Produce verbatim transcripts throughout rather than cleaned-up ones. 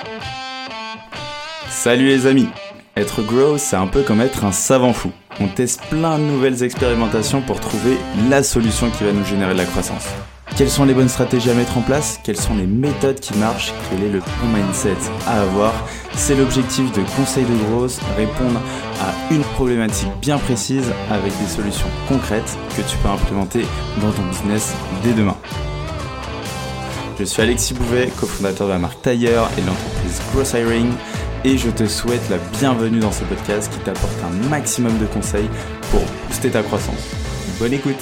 Salut les amis. Être grow, c'est un peu comme être un savant fou. On teste plein de nouvelles expérimentations pour trouver la solution qui va nous générer de la croissance. Quelles sont les bonnes stratégies à mettre en place? Quelles sont les méthodes qui marchent? Quel est le bon mindset à avoir? C'est l'objectif de Conseil de Growth, répondre à une problématique bien précise avec des solutions concrètes que tu peux implémenter dans ton business dès demain. Je suis Alexis Bouvet, cofondateur de la marque Tailleur et de l'entreprise Growth Hiring, et je te souhaite la bienvenue dans ce podcast qui t'apporte un maximum de conseils pour booster ta croissance. Bonne écoute!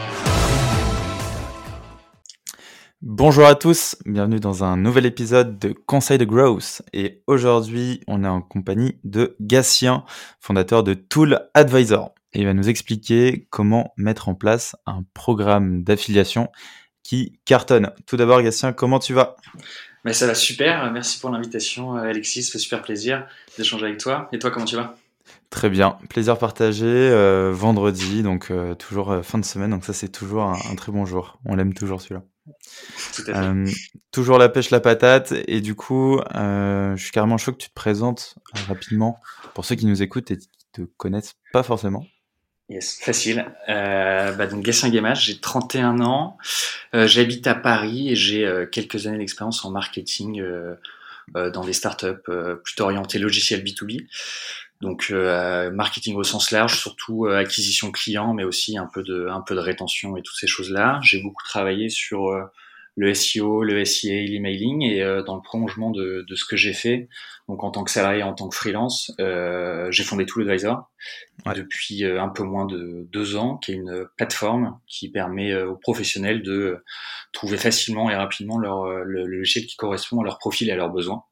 Bonjour à tous, bienvenue dans un nouvel épisode de Conseil de Growth. Et aujourd'hui, on est en compagnie de Gatien, fondateur de Tool Advisor. Et il va nous expliquer comment mettre en place un programme d'affiliation qui cartonne. Tout d'abord, Gatien, comment tu vas ? Mais ça va super, merci pour l'invitation Alexis, ça fait super plaisir d'échanger avec toi. Et toi, comment tu vas ? Très bien, plaisir partagé, euh, vendredi, donc euh, toujours euh, fin de semaine, donc ça c'est toujours un, un très bon jour, on l'aime toujours celui-là. Tout à fait. Euh, toujours la pêche, la patate, et du coup, euh, je suis carrément chaud que tu te présentes euh, rapidement pour ceux qui nous écoutent et qui te connaissent pas forcément. Yes, facile. Euh, bah donc Gatien Guémache, j'ai trente et un ans, euh, j'habite à Paris et j'ai euh, quelques années d'expérience en marketing euh, euh, dans des startups euh, plutôt orientées logiciel B deux B. Donc euh, marketing au sens large, surtout euh, acquisition client, mais aussi un peu de un peu de rétention et toutes ces choses-là. J'ai beaucoup travaillé sur euh, le S E O, le S I A, l'emailing, et euh, dans le prolongement de, de ce que j'ai fait, donc en tant que salarié, en tant que freelance, euh, j'ai fondé Tool Advisor ouais. depuis euh, un peu moins de deux ans, qui est une plateforme qui permet euh, aux professionnels de euh, trouver facilement et rapidement leur, le, le logiciel qui correspond à leur profil et à leurs besoins.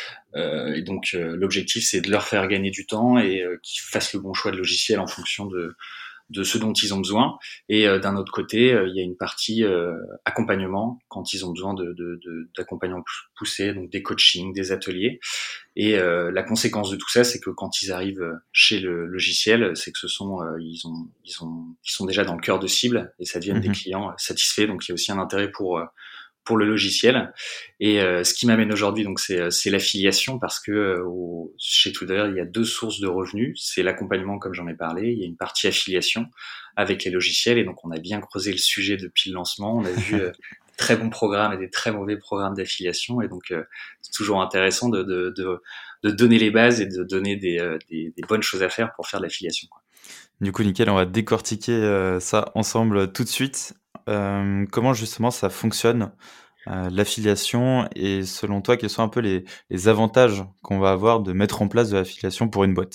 Euh, et donc euh, l'objectif, c'est de leur faire gagner du temps et euh, qu'ils fassent le bon choix de logiciel en fonction de de ce dont ils ont besoin. Et euh, d'un autre côté, euh, il y a une partie euh, accompagnement quand ils ont besoin de, de, de d'accompagnement poussé, donc des coachings, des ateliers. Et euh, la conséquence de tout ça, c'est que quand ils arrivent chez le logiciel, c'est que ce sont euh, ils ont ils ont ils sont déjà dans le cœur de cible et ça deviennent mmh. des clients satisfaits. Donc il y a aussi un intérêt pour euh, pour le logiciel. Et euh, ce qui m'amène aujourd'hui, donc c'est c'est l'affiliation, parce que euh, au, chez Tool Advisor, il y a deux sources de revenus. C'est l'accompagnement, comme j'en ai parlé. Il y a une partie affiliation avec les logiciels, et donc on a bien creusé le sujet depuis le lancement. On a vu euh, des très bons programmes et des très mauvais programmes d'affiliation, et donc euh, c'est toujours intéressant de, de de de donner les bases et de donner des euh, des, des bonnes choses à faire pour faire de l'affiliation, quoi. Du coup, nickel, on va décortiquer euh, ça ensemble tout de suite. Euh, comment justement ça fonctionne, euh, l'affiliation, et selon toi, quels sont un peu les, les avantages qu'on va avoir de mettre en place de l'affiliation pour une boîte ?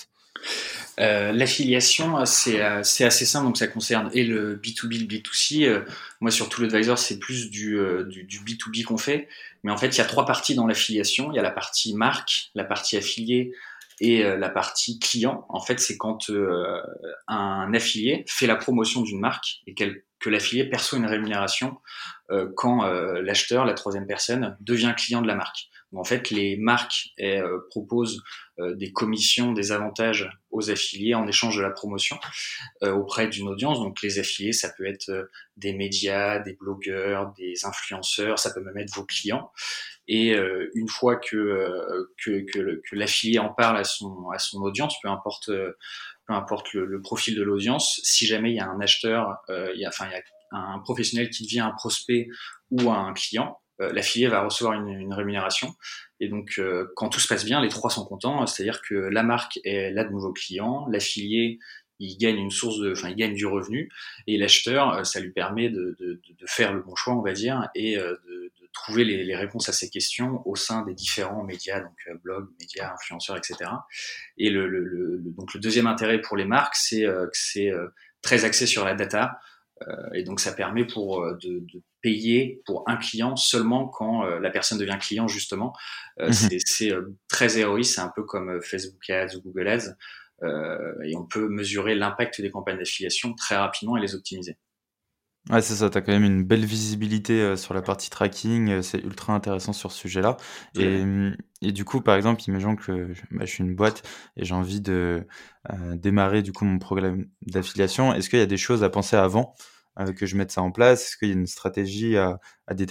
Euh, l'affiliation, c'est, euh, c'est assez simple, donc ça concerne et le B deux B, le B deux C. Euh, moi, sur Tool Advisor, c'est plus du, euh, du, du B deux B qu'on fait. Mais en fait, il y a trois parties dans l'affiliation. Il y a la partie marque, la partie affilié et euh, la partie client. En fait, c'est quand euh, un affilié fait la promotion d'une marque et qu'elle, que l'affilié perçoit une rémunération euh, quand euh, l'acheteur, la troisième personne, devient client de la marque. Donc, en fait, les marques elles, euh, proposent euh, des commissions, des avantages aux affiliés en échange de la promotion euh, auprès d'une audience. Donc les affiliés, ça peut être euh, des médias, des blogueurs, des influenceurs, ça peut même être vos clients. Et euh, une fois que, euh, que, que, le, que l'affilié en parle à son, à son audience, peu importe, euh, peu importe le, le profil de l'audience, si jamais il y a un acheteur, euh, il y a, enfin, il y a un professionnel qui devient un prospect ou un client, euh, l'affilié va recevoir une, une rémunération. Et donc, euh, quand tout se passe bien, les trois sont contents. C'est-à-dire que la marque est là de nouveaux clients, l'affilié, il gagne une source de, enfin, il gagne du revenu, et l'acheteur, ça lui permet de, de, de faire le bon choix, on va dire, et de, de trouver les, les réponses à ses questions au sein des différents médias, donc blog, médias, influenceurs, et cetera. Et le, le, le, donc le deuxième intérêt pour les marques, c'est que c'est très axé sur la data. Euh, et donc ça permet pour euh, de, de payer pour un client seulement quand euh, la personne devient client, justement. Euh, mmh. C'est, c'est euh, très héroïque, c'est un peu comme euh, Facebook Ads ou Google Ads, euh, et on peut mesurer l'impact des campagnes d'affiliation très rapidement et les optimiser. Ouais, c'est ça, tu as quand même une belle visibilité euh, sur la partie tracking, euh, c'est ultra intéressant sur ce sujet-là. Et, et du coup, par exemple, imaginons que bah, je suis une boîte et j'ai envie de euh, démarrer du coup mon programme d'affiliation. Est-ce qu'il y a des choses à penser avant euh, que je mette ça en place ? Est-ce qu'il y a une stratégie à, à déterminer ?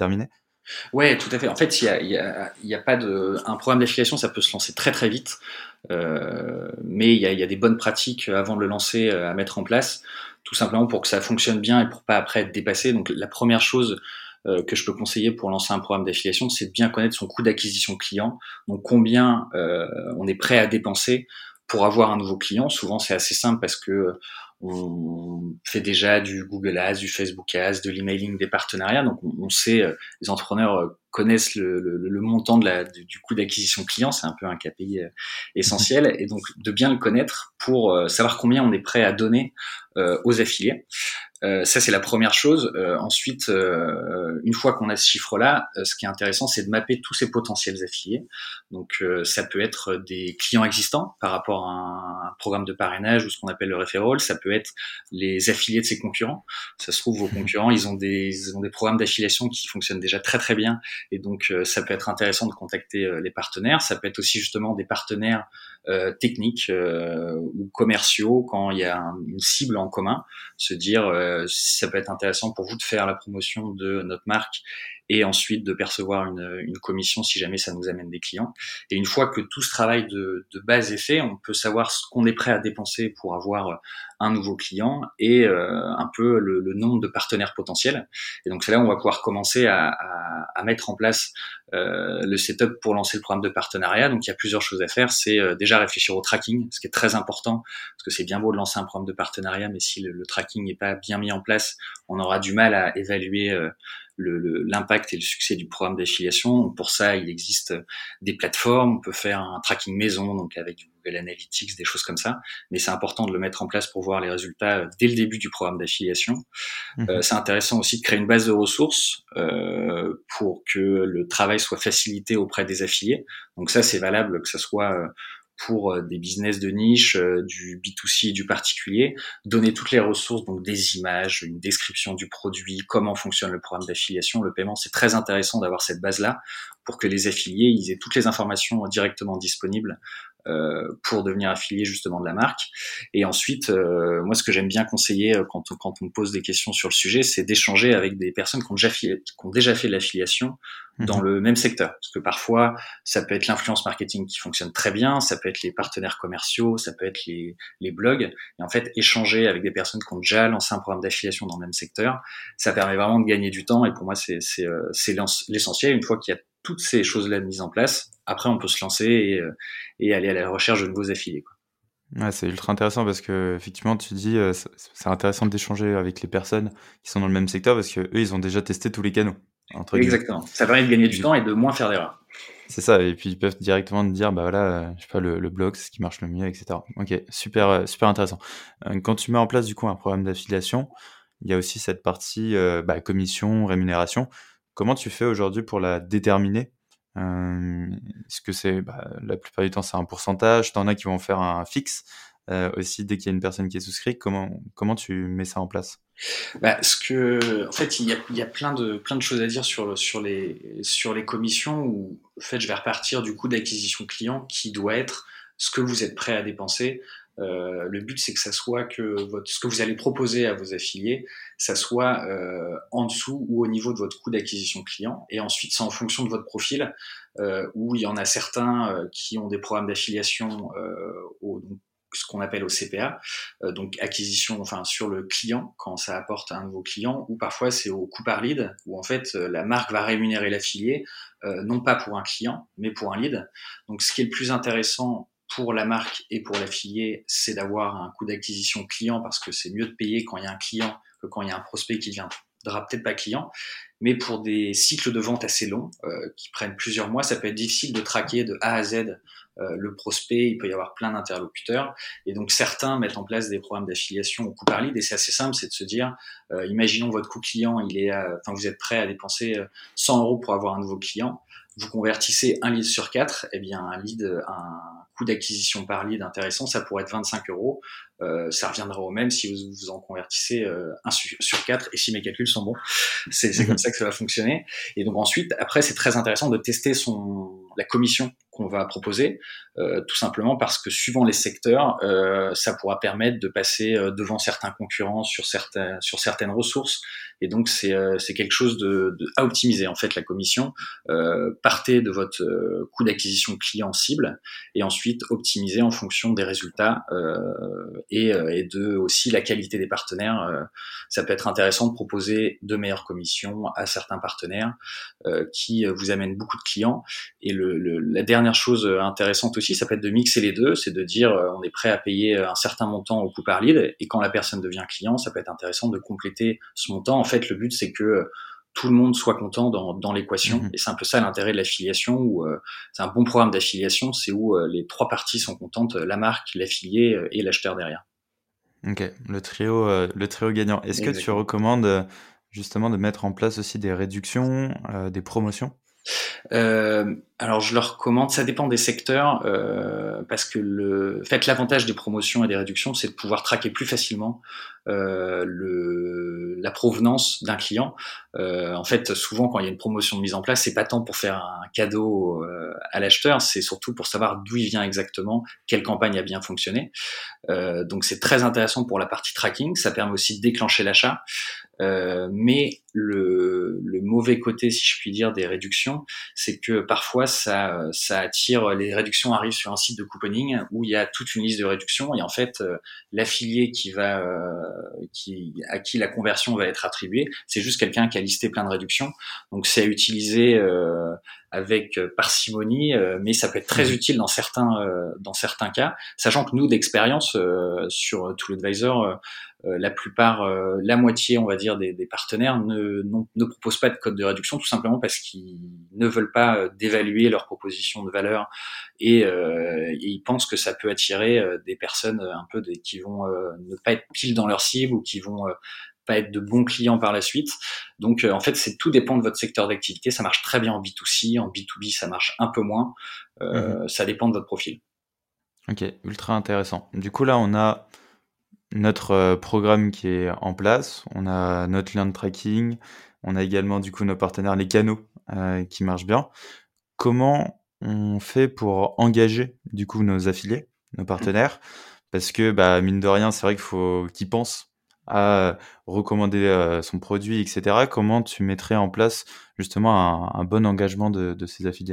Ouais, tout à fait. En fait, il y a, il y a, il y a pas de, un programme d'affiliation, ça peut se lancer très très vite, euh, mais il y a, il y a des bonnes pratiques avant de le lancer euh, à mettre en place, tout simplement pour que ça fonctionne bien et pour pas après être dépassé. Donc, la première chose euh, que je peux conseiller pour lancer un programme d'affiliation, c'est de bien connaître son coût d'acquisition client. Donc, combien euh, on est prêt à dépenser pour avoir un nouveau client. Souvent, c'est assez simple parce que on fait déjà du Google Ads, du Facebook Ads, de l'emailing, des partenariats. Donc, on, on sait, euh, les entrepreneurs euh, connaissent le, le, le montant de la, du, du coût d'acquisition client. C'est un peu un K P I euh, essentiel. Et donc, de bien le connaître pour euh, savoir combien on est prêt à donner euh, aux affiliés. Euh, ça, c'est la première chose. Euh, ensuite, euh, une fois qu'on a ce chiffre-là, euh, ce qui est intéressant, c'est de mapper tous ces potentiels affiliés. Donc, euh, ça peut être des clients existants par rapport à un, un programme de parrainage ou ce qu'on appelle le referral. Ça peut être les affiliés de ses concurrents. Ça se trouve, vos concurrents, ils ont des, ils ont des programmes d'affiliation qui fonctionnent déjà très très bien. Et donc, euh, ça peut être intéressant de contacter euh, les partenaires. Ça peut être aussi justement des partenaires euh, techniques euh, ou commerciaux quand il y a un, une cible en commun. Se dire euh, ça peut être intéressant pour vous de faire la promotion de notre marque et ensuite de percevoir une, une commission si jamais ça nous amène des clients. Et une fois que tout ce travail de, de base est fait, on peut savoir ce qu'on est prêt à dépenser pour avoir un nouveau client et euh, un peu le, le nombre de partenaires potentiels. Et donc c'est là où on va pouvoir commencer à, à, à mettre en place euh, le setup pour lancer le programme de partenariat. Donc il y a plusieurs choses à faire. C'est euh, déjà réfléchir au tracking, ce qui est très important, parce que c'est bien beau de lancer un programme de partenariat, mais si le, le tracking n'est pas bien mis en place, on aura du mal à évaluer euh, le, le, l'impact et le succès du programme d'affiliation. Donc pour ça, il existe des plateformes, on peut faire un tracking maison, donc avec du Google Analytics, des choses comme ça, mais c'est important de le mettre en place pour voir les résultats dès le début du programme d'affiliation. Mmh. Euh, c'est intéressant aussi de créer une base de ressources euh, pour que le travail soit facilité auprès des affiliés. Donc ça, c'est valable que ce soit euh, pour des business de niche, du B deux C et du particulier, donner toutes les ressources, donc des images, une description du produit, comment fonctionne le programme d'affiliation, le paiement. C'est très intéressant d'avoir cette base-là pour que les affiliés ils aient toutes les informations directement disponibles euh, pour devenir affilié justement de la marque. Et ensuite, euh, moi, ce que j'aime bien conseiller quand on, quand on me pose des questions sur le sujet, c'est d'échanger avec des personnes qui ont déjà, qui ont déjà fait de l'affiliation dans mmh. le même secteur. Parce que parfois, ça peut être l'influence marketing qui fonctionne très bien, ça peut être les partenaires commerciaux, ça peut être les, les blogs. Et en fait, échanger avec des personnes qui ont déjà lancé un programme d'affiliation dans le même secteur, ça permet vraiment de gagner du temps. Et pour moi, c'est, c'est, c'est l'essentiel. Une fois qu'il y a toutes ces choses-là mises en place, après, on peut se lancer et, et aller à la recherche de nouveaux affiliés, quoi. Ouais, c'est ultra intéressant parce que effectivement, tu dis, euh, c'est intéressant d'échanger avec les personnes qui sont dans le même secteur parce que eux, ils ont déjà testé tous les canaux. Entre Exactement. Guillemets. Ça permet de gagner du, du temps et de moins faire d'erreurs. C'est ça, et puis ils peuvent directement te dire, bah voilà, je sais pas, le, le blog, c'est ce qui marche le mieux, et cetera. Ok, super, super intéressant. Quand tu mets en place du coup un programme d'affiliation, il y a aussi cette partie euh, bah, commission, rémunération. Comment tu fais aujourd'hui pour la déterminer? euh, Est-ce que c'est, bah, la plupart du temps, c'est un pourcentage? T'en as qui vont faire un fixe euh, aussi dès qu'il y a une personne qui est souscrite. Comment, comment tu mets ça en place? Bah, ce que, en fait, il y a, il y a plein de, plein de choses à dire sur, sur, les, sur les commissions où, en fait, je vais repartir du coût d'acquisition client qui doit être ce que vous êtes prêt à dépenser. Euh, le but, c'est que ça soit que votre, ce que vous allez proposer à vos affiliés, ça soit euh, en dessous ou au niveau de votre coût d'acquisition client. Et ensuite, c'est en fonction de votre profil, euh, où il y en a certains euh, qui ont des programmes d'affiliation euh, au, donc, ce qu'on appelle au C P A, euh, donc acquisition, enfin sur le client quand ça apporte un nouveau client, ou parfois c'est au coût par lead où en fait euh, la marque va rémunérer l'affilié euh, non pas pour un client mais pour un lead. Donc ce qui est le plus intéressant pour la marque et pour l'affilié, c'est d'avoir un coût d'acquisition client parce que c'est mieux de payer quand il y a un client que quand il y a un prospect qui viendra peut-être pas client. Mais pour des cycles de vente assez longs, euh, qui prennent plusieurs mois, ça peut être difficile de traquer de A à Z euh, le prospect. Il peut y avoir plein d'interlocuteurs. Et donc, certains mettent en place des programmes d'affiliation au coût par lead. Et c'est assez simple, c'est de se dire, euh, imaginons votre coût client, il est à, enfin, vous êtes prêt à dépenser cent euros pour avoir un nouveau client. Vous convertissez un lead sur quatre, eh bien, un lead, un coût d'acquisition par lead intéressant, ça pourrait être vingt-cinq euros. Euh, ça reviendra au même si vous, vous en convertissez euh, un sur quatre, et si mes calculs sont bons, c'est, c'est comme ça que ça va fonctionner. Et donc ensuite, après, c'est très intéressant de tester son, la commission qu'on va proposer, euh, tout simplement parce que suivant les secteurs, euh, ça pourra permettre de passer euh, devant certains concurrents sur, certains, sur certaines ressources Et donc c'est euh, c'est quelque chose de, de à optimiser en fait la commission. Euh, partez de votre euh, coût d'acquisition client cible et ensuite optimisez en fonction des résultats euh, et, euh, et de aussi la qualité des partenaires. Euh, ça peut être intéressant de proposer de meilleures commissions à certains partenaires euh, qui vous amènent beaucoup de clients. Et le, le, la dernière chose intéressante aussi, ça peut être de mixer les deux, c'est de dire euh, on est prêt à payer un certain montant au coût par lead et quand la personne devient client, ça peut être intéressant de compléter ce montant. En fait, le but c'est que tout le monde soit content dans, dans l'équation. Mmh. Et c'est un peu ça l'intérêt de l'affiliation, où euh, c'est un bon programme d'affiliation, c'est où euh, les trois parties sont contentes, la marque, l'affilié euh, et l'acheteur derrière. Ok, le trio, euh, le trio gagnant. Est-ce Exactement. que tu recommandes justement de mettre en place aussi des réductions, euh, des promotions ? Euh, alors je leur recommande, ça dépend des secteurs, euh, parce que le, en fait, l'avantage des promotions et des réductions, c'est de pouvoir traquer plus facilement euh, le, la provenance d'un client. Euh, en fait, souvent quand il y a une promotion de mise en place, c'est pas tant pour faire un cadeau euh, à l'acheteur, c'est surtout pour savoir d'où il vient exactement, quelle campagne a bien fonctionné. Euh, donc c'est très intéressant pour la partie tracking, ça permet aussi de déclencher l'achat. Euh, mais le, le mauvais côté, si je puis dire, des réductions, c'est que parfois ça, ça attire. Les réductions arrivent sur un site de couponing où il y a toute une liste de réductions et en fait euh, l'affilié qui va, euh, qui, à qui la conversion va être attribuée, c'est juste quelqu'un qui a listé plein de réductions. Donc c'est à utiliser euh, avec parcimonie, euh, mais ça peut être très utile dans certains, euh, dans certains cas, sachant que nous d'expérience euh, sur ToolAdvisor, euh, Euh, la plupart, euh, la moitié, on va dire, des, des partenaires ne, non, ne proposent pas de code de réduction, tout simplement parce qu'ils ne veulent pas euh, dévaluer leur proposition de valeur et, euh, et ils pensent que ça peut attirer euh, des personnes un peu des, qui vont euh, ne pas être pile dans leur cible ou qui vont euh, pas être de bons clients par la suite. Donc euh, en fait, c'est tout dépend de votre secteur d'activité. Ça marche très bien en B deux C, en B deux B, ça marche un peu moins. Euh, mmh. Ça dépend de votre profil. Ok, ultra intéressant. Du coup, là, on a notre euh, programme qui est en place, on a notre lien de tracking, on a également du coup nos partenaires, les canaux euh, qui marchent bien. Comment on fait pour engager du coup nos affiliés, nos partenaires ? Parce que bah, mine de rien, c'est vrai qu'il faut qu'ils pensent à recommander euh, son produit, et cetera. Comment tu mettrais en place justement un, un bon engagement de, de ces affiliés ?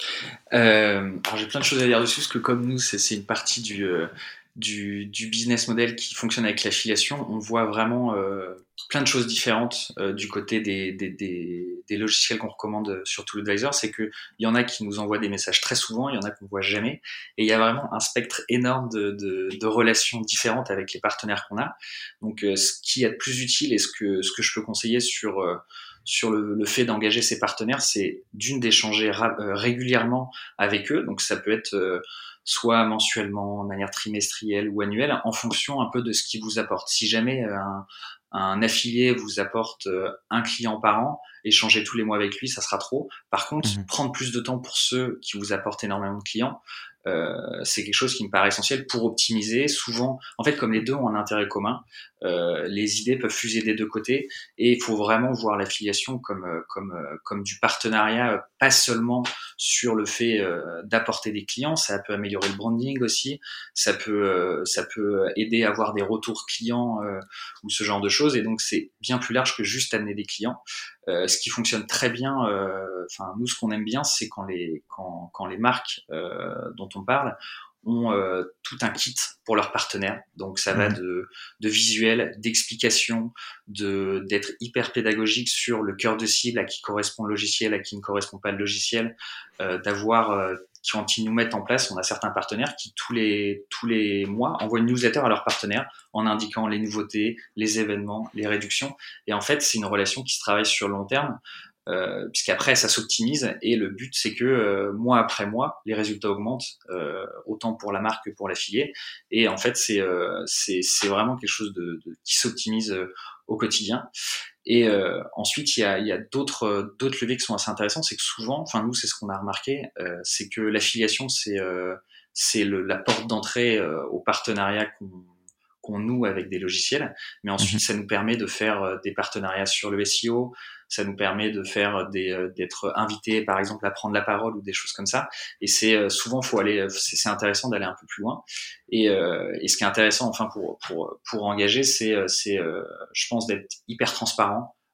euh, Alors j'ai plein de choses à dire dessus, parce que comme nous, c'est, c'est une partie du... Euh, Du, du business model qui fonctionne avec l'affiliation, on voit vraiment euh, plein de choses différentes euh, du côté des, des, des, des logiciels qu'on recommande sur ToolAdvisor. C'est qu'il y en a qui nous envoient des messages très souvent, il y en a qu'on voit jamais, et il y a vraiment un spectre énorme de, de, de relations différentes avec les partenaires qu'on a. Donc euh, ce qui est le plus utile et ce que, ce que je peux conseiller sur... Euh, sur le, le fait d'engager ses partenaires, c'est d'une d'échanger ra- euh, régulièrement avec eux. Donc ça peut être euh, soit mensuellement, de manière trimestrielle ou annuelle, en fonction un peu de ce qu'ils vous apporte. Si jamais euh, un, un affilié vous apporte euh, un client par an, échanger tous les mois avec lui, ça sera trop. Par contre, mmh. prendre plus de temps pour ceux qui vous apportent énormément de clients, euh, c'est quelque chose qui me paraît essentiel pour optimiser. Souvent, en fait, comme les deux ont un intérêt commun, euh, les idées peuvent fuser des deux côtés et il faut vraiment voir l'affiliation comme comme comme du partenariat, pas seulement sur le fait euh, d'apporter des clients. Ça peut améliorer le branding aussi, ça peut euh, ça peut aider à avoir des retours clients euh, ou ce genre de choses. Et donc c'est bien plus large que juste amener des clients. Euh, ce qui fonctionne très bien, enfin euh, nous ce qu'on aime bien, c'est quand les quand quand les marques euh, dont on parle ont euh, tout un kit pour leurs partenaires. Donc ça mmh. va de, de visuels, d'explications, de, d'être hyper pédagogique sur le cœur de cible, à qui correspond le logiciel, à qui ne correspond pas le logiciel, euh, d'avoir, euh, quand ils nous mettent en place, on a certains partenaires qui tous les, tous les mois envoient une newsletter à leurs partenaires en indiquant les nouveautés, les événements, les réductions. Et en fait, c'est une relation qui se travaille sur le long terme. Euh, puisqu'après ça s'optimise et le but c'est que euh, mois après mois les résultats augmentent euh, autant pour la marque que pour l'affilié et en fait c'est euh, c'est c'est vraiment quelque chose de, de qui s'optimise euh, au quotidien. Et euh, ensuite il y a il y a d'autres d'autres leviers qui sont assez intéressants, c'est que souvent, enfin nous c'est ce qu'on a remarqué, euh, c'est que l'affiliation c'est euh, c'est le, la porte d'entrée euh, au partenariat qu'on qu'on noue avec des logiciels, mais ensuite mmh. ça nous permet de faire des partenariats sur le S E O, ça nous permet de faire des, d'être invité par exemple à prendre la parole ou des choses comme ça. Et c'est souvent faut aller, c'est, c'est intéressant d'aller un peu plus loin. Et, euh, et ce qui est intéressant enfin pour pour pour engager, c'est c'est euh, je pense d'être hyper transparent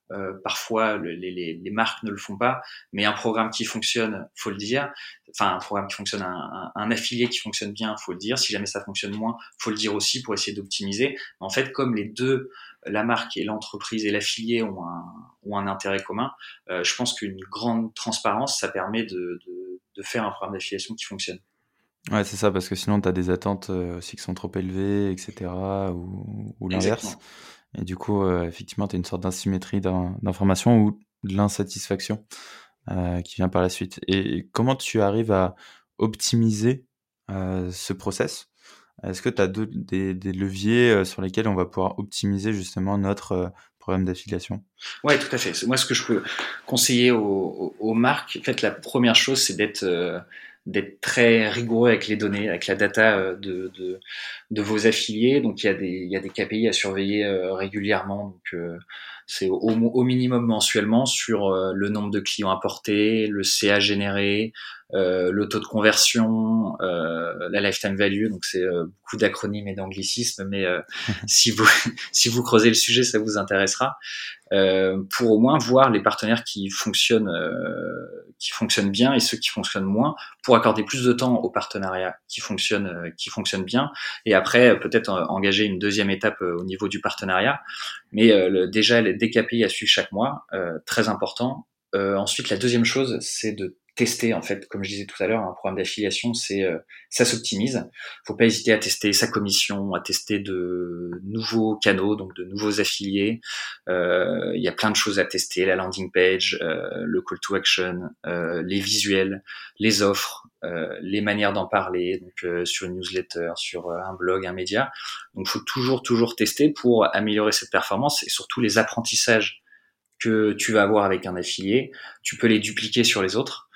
Euh, parfois, le, les, les, les marques ne le font pas, mais un programme qui fonctionne, faut le dire. Enfin, un programme qui fonctionne, un, un, un affilié qui fonctionne bien, faut le dire. Si jamais ça fonctionne moins, faut le dire aussi pour essayer d'optimiser. En fait, comme les deux, la marque et l'entreprise et l'affilié ont un, ont un intérêt commun, euh, je pense qu'une grande transparence, ça permet de, de, de faire un programme d'affiliation qui fonctionne. Ouais, c'est ça, parce que sinon, tu as des attentes euh, aussi qui sont trop élevées, et cetera, ou, ou l'inverse. Exactement. Et du coup, euh, effectivement, tu as une sorte d'asymétrie d'in- d'information ou de l'insatisfaction euh, qui vient par la suite. Et, et comment tu arrives à optimiser euh, ce process? Est-ce que tu as des, des leviers euh, sur lesquels on va pouvoir optimiser justement notre euh, programme d'affiliation? Ouais, tout à fait. C'est- Moi, ce que je peux conseiller aux, aux- aux marques, en fait, la première chose, c'est d'être euh, d'être très rigoureux avec les données, avec la data euh, de, de, de vos affiliés. Donc, il y a des, il y a des K P I à surveiller euh, régulièrement. Donc, euh, c'est au, au minimum mensuellement sur euh, le nombre de clients apportés, le C A généré, euh, le taux de conversion, euh, la lifetime value. Donc, c'est euh, beaucoup d'acronymes et d'anglicismes, mais euh, si vous si vous creusez le sujet, ça vous intéressera. Euh, pour au moins voir les partenaires qui fonctionnent, euh, qui fonctionnent bien et ceux qui fonctionnent moins, pour accorder plus de temps aux partenariats qui fonctionnent, euh, qui fonctionnent bien, et après euh, peut-être euh, engager une deuxième étape euh, au niveau du partenariat. Mais euh, le, déjà les D K P I à suivre chaque mois, euh, très important. Euh, ensuite, la deuxième chose, c'est de tester, en fait, comme je disais tout à l'heure, un programme d'affiliation, c'est euh, ça s'optimise. Faut pas hésiter à tester sa commission, à tester de nouveaux canaux, donc de nouveaux affiliés. Euh, Il y a plein de choses à tester, la landing page, euh, le call to action, euh, les visuels, les offres, euh, les manières d'en parler, donc euh, sur une newsletter, sur euh, un blog, un média. Donc, faut toujours, toujours tester pour améliorer cette performance et surtout les apprentissages que tu vas avoir avec un affilié, tu peux les dupliquer sur les autres.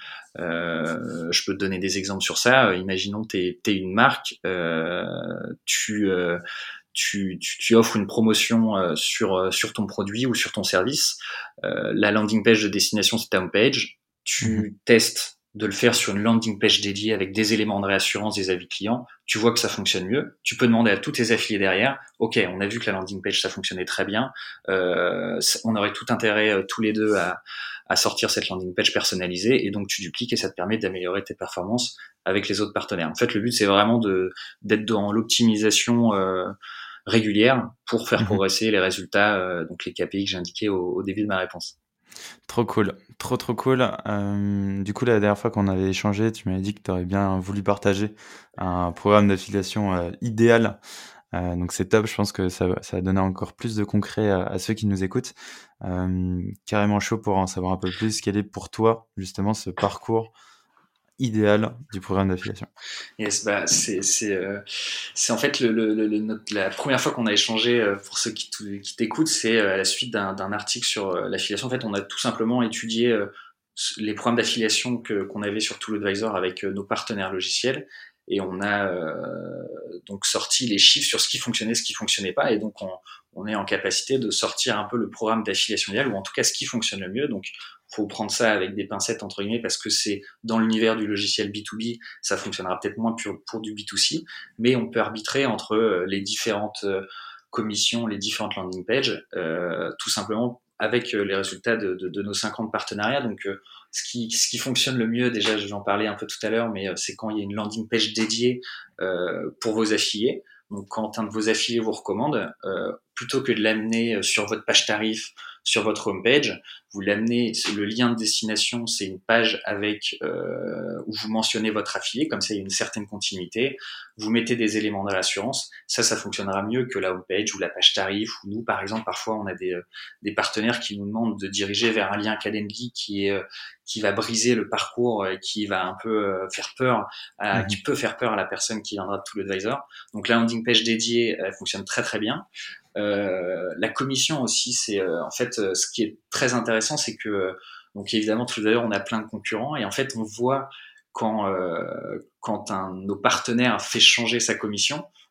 Euh, je peux te donner des exemples sur ça. Euh, imaginons tu es une marque, euh, tu, euh, tu, tu, tu offres une promotion euh, sur, euh, sur ton produit ou sur ton service. Euh, la landing page de destination, c'est ta home page. Mhm. Tu testes de le faire sur une landing page dédiée avec des éléments de réassurance, des avis clients. Tu vois que ça fonctionne mieux. Tu peux demander à tous tes affiliés derrière, OK, on a vu que la landing page, ça fonctionnait très bien. Euh, on aurait tout intérêt euh, tous les deux à, à sortir cette landing page personnalisée, et donc tu dupliques et ça te permet d'améliorer tes performances avec les autres partenaires. En fait, le but, c'est vraiment de d'être dans l'optimisation euh, régulière pour faire Mhm. progresser les résultats, euh, donc les K P I que j'ai indiqués au, au début de ma réponse. Trop cool, trop trop cool. Euh, du coup, la dernière fois qu'on avait échangé, tu m'avais dit que tu aurais bien voulu partager un programme d'affiliation euh, idéal. Euh, donc c'est top, je pense que ça, va- ça va donner encore plus de concret à, à ceux qui nous écoutent. Euh, carrément chaud pour en savoir un peu plus. Quel est pour toi justement ce parcours idéal du programme d'affiliation? Yes, bah, c'est c'est euh, c'est en fait le, le, le, le- notre- la première fois qu'on a échangé, euh, pour ceux qui t- qui t'écoutent, c'est euh, à la suite d'un d'un article sur euh, l'affiliation. En fait, on a tout simplement étudié euh, s- les programmes d'affiliation que qu'on avait sur ToolAdvisor avec euh, nos partenaires logiciels, et on a euh, donc sorti les chiffres sur ce qui fonctionnait, ce qui fonctionnait pas, et donc on, on est en capacité de sortir un peu le programme d'affiliation idéal, ou en tout cas ce qui fonctionne le mieux. Donc faut prendre ça avec des pincettes entre guillemets, parce que c'est dans l'univers du logiciel B deux B, ça fonctionnera peut-être moins pour, pour du B deux C, mais on peut arbitrer entre euh, les différentes euh, commissions, les différentes landing pages, euh, tout simplement avec euh, les résultats de, de, de nos cinquante partenariats. Donc, euh, ce, qui, ce qui fonctionne le mieux, déjà, j'en parlais un peu tout à l'heure, mais euh, c'est quand il y a une landing page dédiée euh, pour vos affiliés. Donc, quand un de vos affiliés vous recommande, euh, plutôt que de l'amener sur votre page tarif, sur votre homepage, vous l'amenez, le lien de destination, c'est une page avec euh, où vous mentionnez votre affilié, comme ça il y a une certaine continuité. Vous mettez des éléments de réassurance, ça, ça fonctionnera mieux que la homepage ou la page tarif. Ou nous, par exemple, parfois on a des, des partenaires qui nous demandent de diriger vers un lien Calendly qui est qui va briser le parcours et qui va un peu faire peur, à, qui Mhm. peut faire peur à la personne qui viendra de ToolAdvisor. Donc la landing page dédiée, elle fonctionne très très bien. Euh, la commission aussi, c'est euh, en fait euh, ce qui est très intéressant, c'est que euh, donc évidemment tout d'ailleurs on a plein de concurrents, et en fait on voit quand euh, quand un de nos partenaires fait changer sa commission,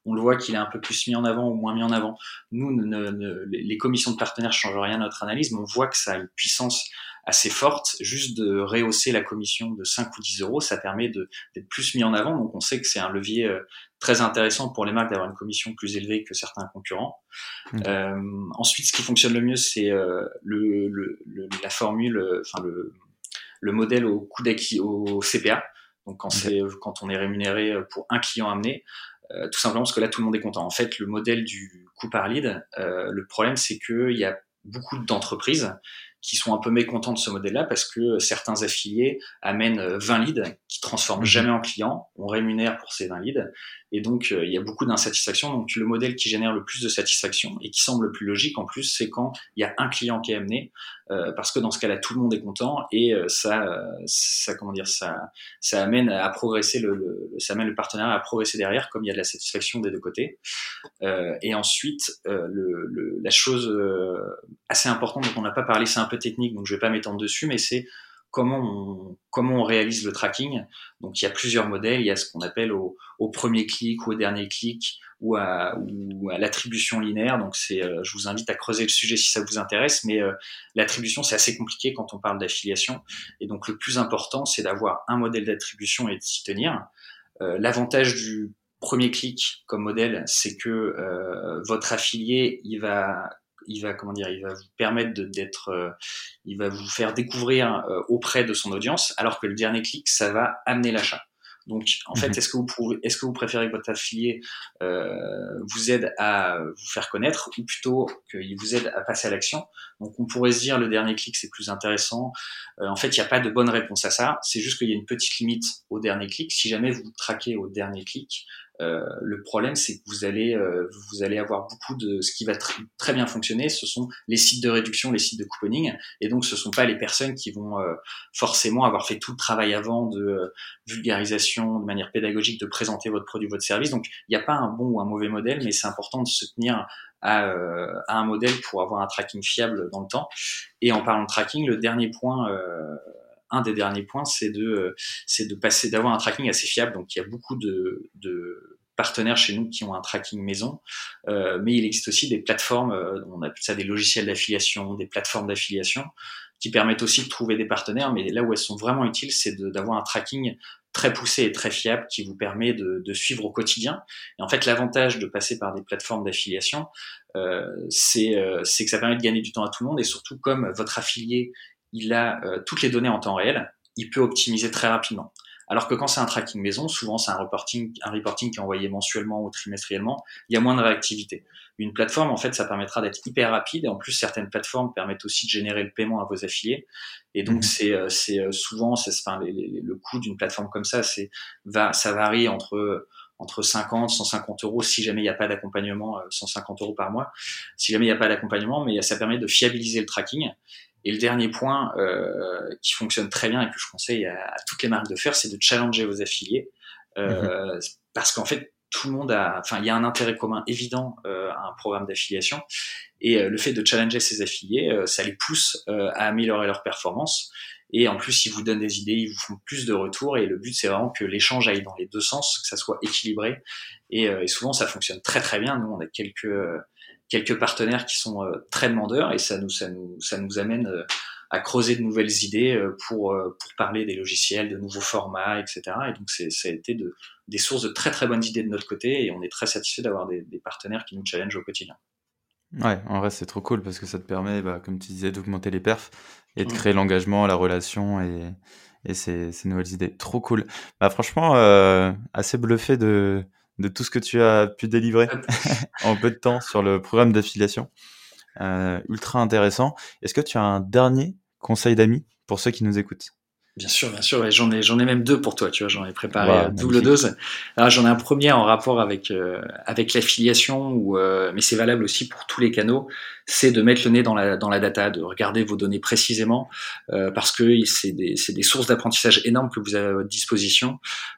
on le voit qu'il est un peu plus mis en avant ou moins mis en avant. Nous, ne, ne, les commissions de partenaires ne changent rien à notre analyse, mais on voit que ça a une puissance assez forte. Juste de rehausser la commission de cinq ou dix euros, ça permet de, d'être plus mis en avant. Donc on sait que c'est un levier euh, très intéressant pour les marques d'avoir une commission plus élevée que certains concurrents. Okay. Euh, ensuite, ce qui fonctionne le mieux, c'est euh, le, le, le, la formule, enfin le, le modèle au coût d'acquis, au C P A. Donc quand, okay. c'est, quand on est rémunéré pour un client amené, euh, tout simplement parce que là tout le monde est content. En fait, le modèle du coût par lead, euh, le problème c'est qu'il y a beaucoup d'entreprises qui sont un peu mécontents de ce modèle-là parce que certains affiliés amènent vingt leads qui transforment jamais en clients, on rémunère pour ces vingt leads, et donc euh, il y a beaucoup d'insatisfaction. Donc le modèle qui génère le plus de satisfaction et qui semble le plus logique en plus, c'est quand il y a un client qui est amené, euh, parce que dans ce cas-là tout le monde est content et euh, ça, ça comment dire, ça, ça amène à progresser le, le, ça amène le partenariat à progresser derrière, comme il y a de la satisfaction des deux côtés. Euh, et ensuite euh, le, le, la chose euh, assez importante dont on n'a pas parlé, c'est un peu technique, donc je vais pas m'étendre dessus, mais c'est comment on, comment on réalise le tracking. Donc il y a plusieurs modèles, il y a ce qu'on appelle au, au premier clic ou au dernier clic ou à, ou à l'attribution linéaire. Donc c'est, euh, je vous invite à creuser le sujet si ça vous intéresse, mais euh, l'attribution c'est assez compliqué quand on parle d'affiliation, et donc le plus important c'est d'avoir un modèle d'attribution et de s'y tenir. Euh, l'avantage du premier clic comme modèle, c'est que euh, votre affilié il va il va comment dire, il va vous permettre de, d'être, euh, il va vous faire découvrir euh, auprès de son audience, alors que le dernier clic, ça va amener l'achat. Donc, en mmh. fait, est-ce que vous pouvez, est-ce que vous préférez que votre affilié euh, vous aide à vous faire connaître, ou plutôt qu'il vous aide à passer à l'action? Donc, on pourrait se dire le dernier clic c'est plus intéressant. Euh, en fait, il n'y a pas de bonne réponse à ça. C'est juste qu'il y a une petite limite au dernier clic. Si jamais vous traquez au dernier clic, Euh, le problème, c'est que vous allez, euh, vous allez avoir beaucoup de, ce qui va tr- très bien fonctionner, ce sont les sites de réduction, les sites de couponing, et donc ce sont pas les personnes qui vont euh, forcément avoir fait tout le travail avant de euh, vulgarisation, de manière pédagogique, de présenter votre produit, votre service. Donc il n'y a pas un bon ou un mauvais modèle, mais c'est important de se tenir à, euh, à un modèle pour avoir un tracking fiable dans le temps. Et en parlant de tracking, le dernier point, euh, un des derniers points, c'est de, c'est de passer, d'avoir un tracking assez fiable. Donc, il y a beaucoup de, de partenaires chez nous qui ont un tracking maison, euh, mais il existe aussi des plateformes, euh, on appelle ça des logiciels d'affiliation, des plateformes d'affiliation, qui permettent aussi de trouver des partenaires, mais là où elles sont vraiment utiles, c'est de, d'avoir un tracking très poussé et très fiable qui vous permet de, de suivre au quotidien. Et en fait, l'avantage de passer par des plateformes d'affiliation, euh, c'est, euh, c'est que ça permet de gagner du temps à tout le monde, et surtout comme votre affilié il a euh, toutes les données en temps réel, il peut optimiser très rapidement. Alors que quand c'est un tracking maison, souvent c'est un reporting, un reporting qui est envoyé mensuellement ou trimestriellement, il y a moins de réactivité. Une plateforme, en fait, ça permettra d'être hyper rapide, et en plus certaines plateformes permettent aussi de générer le paiement à vos affiliés. Et donc mmh. c'est, c'est souvent, c'est, enfin, les, les, le coût d'une plateforme comme ça, c'est, va, ça varie entre entre cinquante, cent cinquante euros, si jamais il n'y a pas d'accompagnement, cent cinquante euros par mois, si jamais il n'y a pas d'accompagnement, mais ça permet de fiabiliser le tracking. Et le dernier point euh, qui fonctionne très bien et que je conseille à, à toutes les marques de faire, c'est de challenger vos affiliés, euh, mmh. parce qu'en fait tout le monde a, enfin il y a un intérêt commun évident euh, à un programme d'affiliation, et euh, le fait de challenger ses affiliés, euh, ça les pousse euh, à améliorer leur performance, et en plus ils vous donnent des idées, ils vous font plus de retours, et le but c'est vraiment que l'échange aille dans les deux sens, que ça soit équilibré, et, euh, et souvent ça fonctionne très très bien. Nous on a quelques euh, quelques partenaires qui sont euh, très demandeurs, et ça nous, ça nous, ça nous amène euh, à creuser de nouvelles idées euh, pour, euh, pour parler des logiciels, de nouveaux formats, et cetera. Et donc, c'est, ça a été de, des sources de très très bonnes idées de notre côté, et on est très satisfait d'avoir des, des partenaires qui nous challengent au quotidien. Ouais, en vrai, c'est trop cool parce que ça te permet, bah, comme tu disais, d'augmenter les perfs et de mmh. créer l'engagement, la relation et, et ces, ces nouvelles idées. Trop cool. Bah, franchement, euh, assez bluffé de, de tout ce que tu as pu délivrer en peu de temps sur le programme d'affiliation. Euh, ultra intéressant. Est-ce que tu as un dernier conseil d'amis pour ceux qui nous écoutent? Bien sûr, bien sûr. Ouais, j'en ai, j'en ai même deux pour toi. Tu vois, j'en ai préparé wow, euh, double dose. Alors, j'en ai un premier en rapport avec euh, avec l'affiliation, ou euh, mais c'est valable aussi pour tous les canaux. C'est de mettre le nez dans la dans la data, de regarder vos données précisément, euh, parce que c'est des c'est des sources d'apprentissage énormes que vous avez à votre disposition.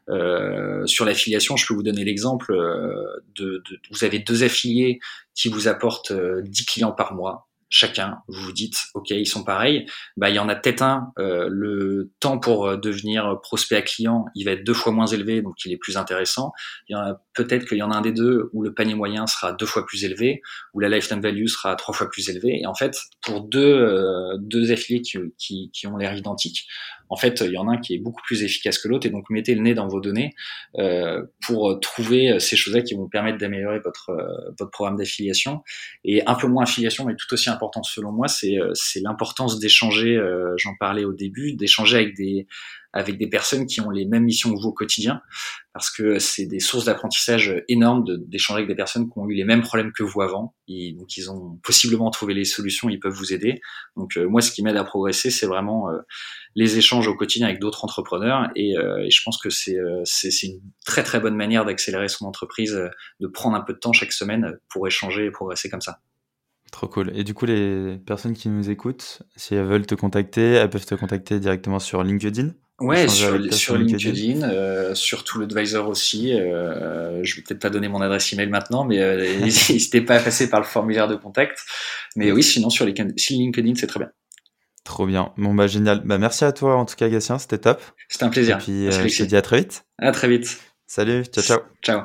Euh, sur l'affiliation, je peux vous donner l'exemple euh, de, de vous avez deux affiliés qui vous apportent euh, dix clients par mois. chacun, vous vous dites, ok, ils sont pareils, bah il y en a peut-être un, euh, le temps pour devenir prospect à client, il va être deux fois moins élevé, donc il est plus intéressant. Il y en a peut-être qu'il y en a un des deux où le panier moyen sera deux fois plus élevé, où la lifetime value sera trois fois plus élevée. Et en fait, pour deux euh, deux affiliés qui, qui, qui ont l'air identiques, en fait, il y en a un qui est beaucoup plus efficace que l'autre, et donc mettez le nez dans vos données euh, pour trouver ces choses-là qui vont vous permettre d'améliorer votre euh, votre programme d'affiliation. Et un peu moins affiliation, mais tout aussi important selon moi, c'est c'est l'importance d'échanger. Euh, j'en parlais au début, d'échanger avec des avec des personnes qui ont les mêmes missions que vous au quotidien, parce que c'est des sources d'apprentissage énormes de, d'échanger avec des personnes qui ont eu les mêmes problèmes que vous avant, et donc ils ont possiblement trouvé les solutions, ils peuvent vous aider. Donc euh, moi, ce qui m'aide à progresser, c'est vraiment euh, les échanges au quotidien avec d'autres entrepreneurs, et, euh, et je pense que c'est, euh, c'est c'est une très très bonne manière d'accélérer son entreprise, euh, de prendre un peu de temps chaque semaine pour échanger et progresser comme ça. Trop cool. Et du coup, les personnes qui nous écoutent, si elles veulent te contacter, elles peuvent te contacter directement sur LinkedIn? Ouais, sur, sur LinkedIn, LinkedIn euh, sur ToolAdvisor aussi. Euh, je vais peut-être pas donner mon adresse email maintenant, mais euh, n'hésitez pas à passer par le formulaire de contact. Mais oui, sinon sur LinkedIn, c'est très bien. Trop bien. Bon bah génial. Bah merci à toi en tout cas, Gatien, c'était top. C'était un plaisir. Et puis euh, je te dis à très vite. À très vite. Salut, ciao ciao. Ciao.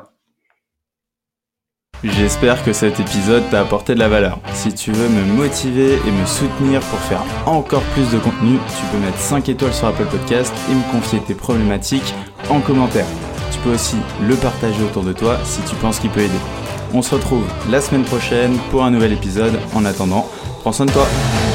J'espère que cet épisode t'a apporté de la valeur. Si tu veux me motiver et me soutenir pour faire encore plus de contenu, tu peux mettre cinq étoiles sur Apple Podcast et me confier tes problématiques en commentaire. Tu peux aussi le partager autour de toi si tu penses qu'il peut aider. On se retrouve la semaine prochaine pour un nouvel épisode. En attendant, prends soin de toi.